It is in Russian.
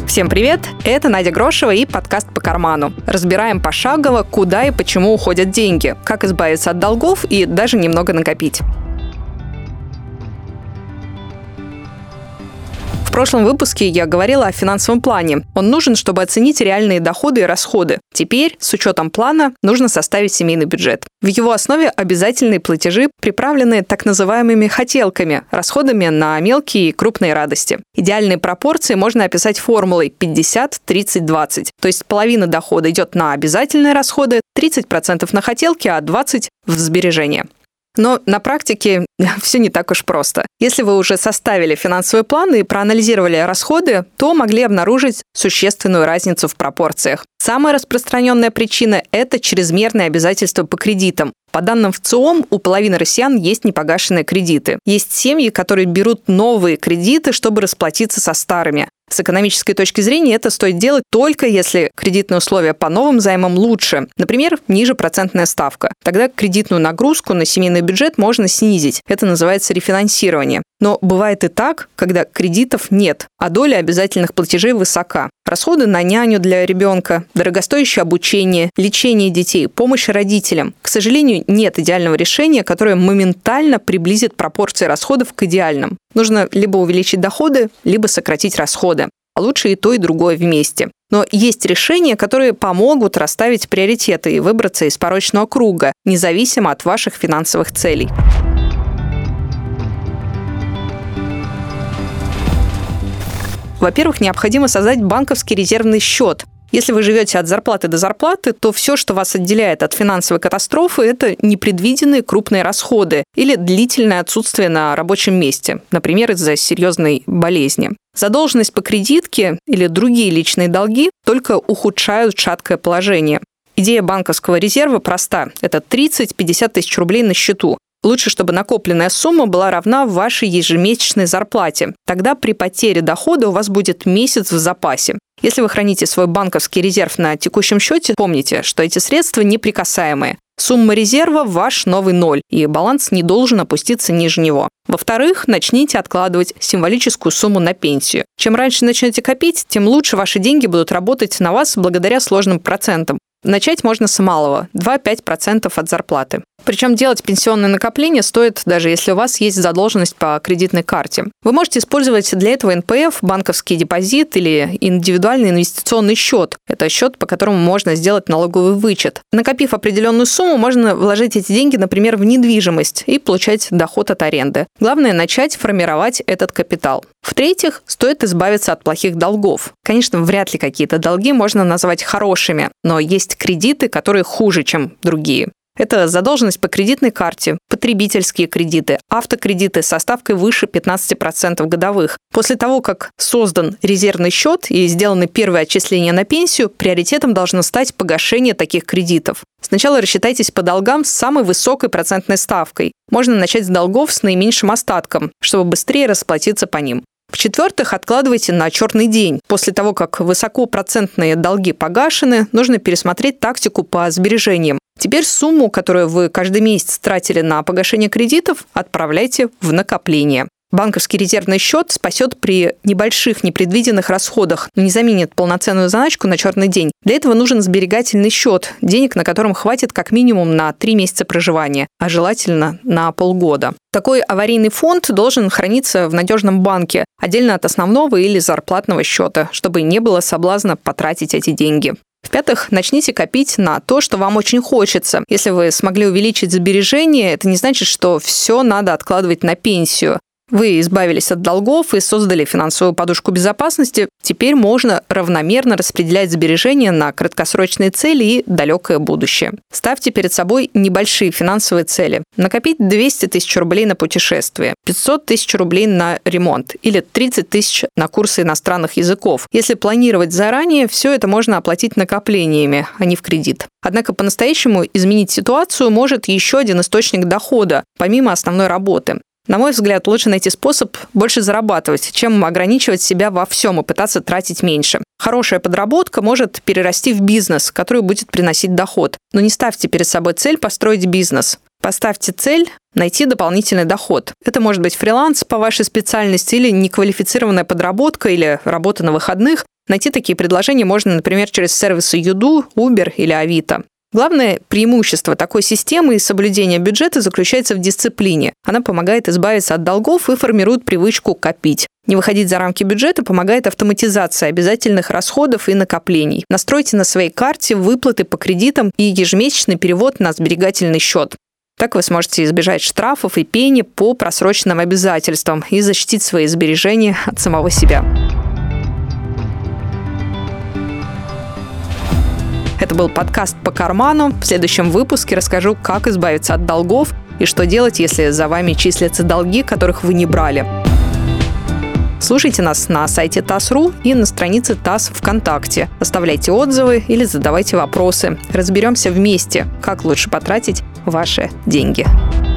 Всем привет! Это Надя Грошева и подкаст «По карману». Разбираем пошагово, куда и почему уходят деньги, как избавиться от долгов и даже немного накопить. В прошлом выпуске я говорила о финансовом плане. Он нужен, чтобы оценить реальные доходы и расходы. Теперь, с учетом плана, нужно составить семейный бюджет. В его основе обязательные платежи, приправленные так называемыми хотелками, расходами на мелкие и крупные радости. Идеальные пропорции можно описать формулой 50-30-20. То есть половина дохода идет на обязательные расходы, 30% на хотелки, а 20% в сбережения. Но на практике все не так уж просто. Если вы уже составили финансовый план и проанализировали расходы, то могли обнаружить существенную разницу в пропорциях. Самая распространенная причина – это чрезмерные обязательства по кредитам. По данным ВЦИОМ, у половины россиян есть непогашенные кредиты. Есть семьи, которые берут новые кредиты, чтобы расплатиться со старыми. С экономической точки зрения это стоит делать только если кредитные условия по новым займам лучше. Например, ниже процентная ставка. Тогда кредитную нагрузку на семейный бюджет можно снизить. Это называется рефинансирование. Но бывает и так, когда кредитов нет, а доля обязательных платежей высока. Расходы на няню для ребенка, дорогостоящее обучение, лечение детей, помощь родителям. К сожалению, нет идеального решения, которое моментально приблизит пропорции расходов к идеальным. Нужно либо увеличить доходы, либо сократить расходы. А лучше и то, и другое вместе. Но есть решения, которые помогут расставить приоритеты и выбраться из порочного круга, независимо от ваших финансовых целей. Во-первых, необходимо создать банковский резервный счет. Если вы живете от зарплаты до зарплаты, то все, что вас отделяет от финансовой катастрофы, это непредвиденные крупные расходы или длительное отсутствие на рабочем месте, например, из-за серьезной болезни. Задолженность по кредитке или другие личные долги только ухудшают шаткое положение. Идея банковского резерва проста. Это 30-50 тысяч рублей на счету. Лучше, чтобы накопленная сумма была равна вашей ежемесячной зарплате. Тогда при потере дохода у вас будет месяц в запасе. Если вы храните свой банковский резерв на текущем счете, помните, что эти средства неприкасаемые. Сумма резерва – ваш новый ноль, и баланс не должен опуститься ниже него. Во-вторых, начните откладывать символическую сумму на пенсию. Чем раньше начнете копить, тем лучше ваши деньги будут работать на вас благодаря сложным процентам. Начать можно с малого – 2-5% от зарплаты. Причем делать пенсионное накопление стоит, даже если у вас есть задолженность по кредитной карте. Вы можете использовать для этого НПФ, банковский депозит или индивидуальный инвестиционный счет. Это счет, по которому можно сделать налоговый вычет. Накопив определенную сумму, можно вложить эти деньги, например, в недвижимость и получать доход от аренды. Главное – начать формировать этот капитал. В-третьих, стоит избавиться от плохих долгов. Конечно, вряд ли какие-то долги можно назвать хорошими, но есть кредиты, которые хуже, чем другие. Это задолженность по кредитной карте, потребительские кредиты, автокредиты со ставкой выше 15% годовых. После того, как создан резервный счет и сделаны первые отчисления на пенсию, приоритетом должно стать погашение таких кредитов. Сначала рассчитайтесь по долгам с самой высокой процентной ставкой. Можно начать с долгов с наименьшим остатком, чтобы быстрее расплатиться по ним. В-четвертых, откладывайте на черный день. После того, как высокопроцентные долги погашены, нужно пересмотреть тактику по сбережениям. Теперь сумму, которую вы каждый месяц тратили на погашение кредитов, отправляйте в накопление. Банковский резервный счет спасет при небольших непредвиденных расходах, но не заменит полноценную заначку на черный день. Для этого нужен сберегательный счет, денег на котором хватит как минимум на 3 месяца проживания, а желательно на полгода. Такой аварийный фонд должен храниться в надежном банке, отдельно от основного или зарплатного счета, чтобы не было соблазна потратить эти деньги. В-пятых, начните копить на то, что вам очень хочется. Если вы смогли увеличить сбережения, это не значит, что все надо откладывать на пенсию. Вы избавились от долгов и создали финансовую подушку безопасности. Теперь можно равномерно распределять сбережения на краткосрочные цели и далекое будущее. Ставьте перед собой небольшие финансовые цели. Накопить 200 тысяч рублей на путешествие, 500 тысяч рублей на ремонт или 30 тысяч на курсы иностранных языков. Если планировать заранее, все это можно оплатить накоплениями, а не в кредит. Однако по-настоящему изменить ситуацию может еще один источник дохода, помимо основной работы. На мой взгляд, лучше найти способ больше зарабатывать, чем ограничивать себя во всем и пытаться тратить меньше. Хорошая подработка может перерасти в бизнес, который будет приносить доход. Но не ставьте перед собой цель построить бизнес. Поставьте цель найти дополнительный доход. Это может быть фриланс по вашей специальности или неквалифицированная подработка или работа на выходных. Найти такие предложения можно, например, через сервисы Юду, Uber или Авито. Главное преимущество такой системы и соблюдения бюджета заключается в дисциплине. Она помогает избавиться от долгов и формирует привычку копить. Не выходить за рамки бюджета помогает автоматизация обязательных расходов и накоплений. Настройте на своей карте выплаты по кредитам и ежемесячный перевод на сберегательный счет. Так вы сможете избежать штрафов и пени по просроченным обязательствам и защитить свои сбережения от самого себя. Это был подкаст «По карману». В следующем выпуске расскажу, как избавиться от долгов и что делать, если за вами числятся долги, которых вы не брали. Слушайте нас на сайте TASS.ru и на странице TASS ВКонтакте. Оставляйте отзывы или задавайте вопросы. Разберемся вместе, как лучше потратить ваши деньги.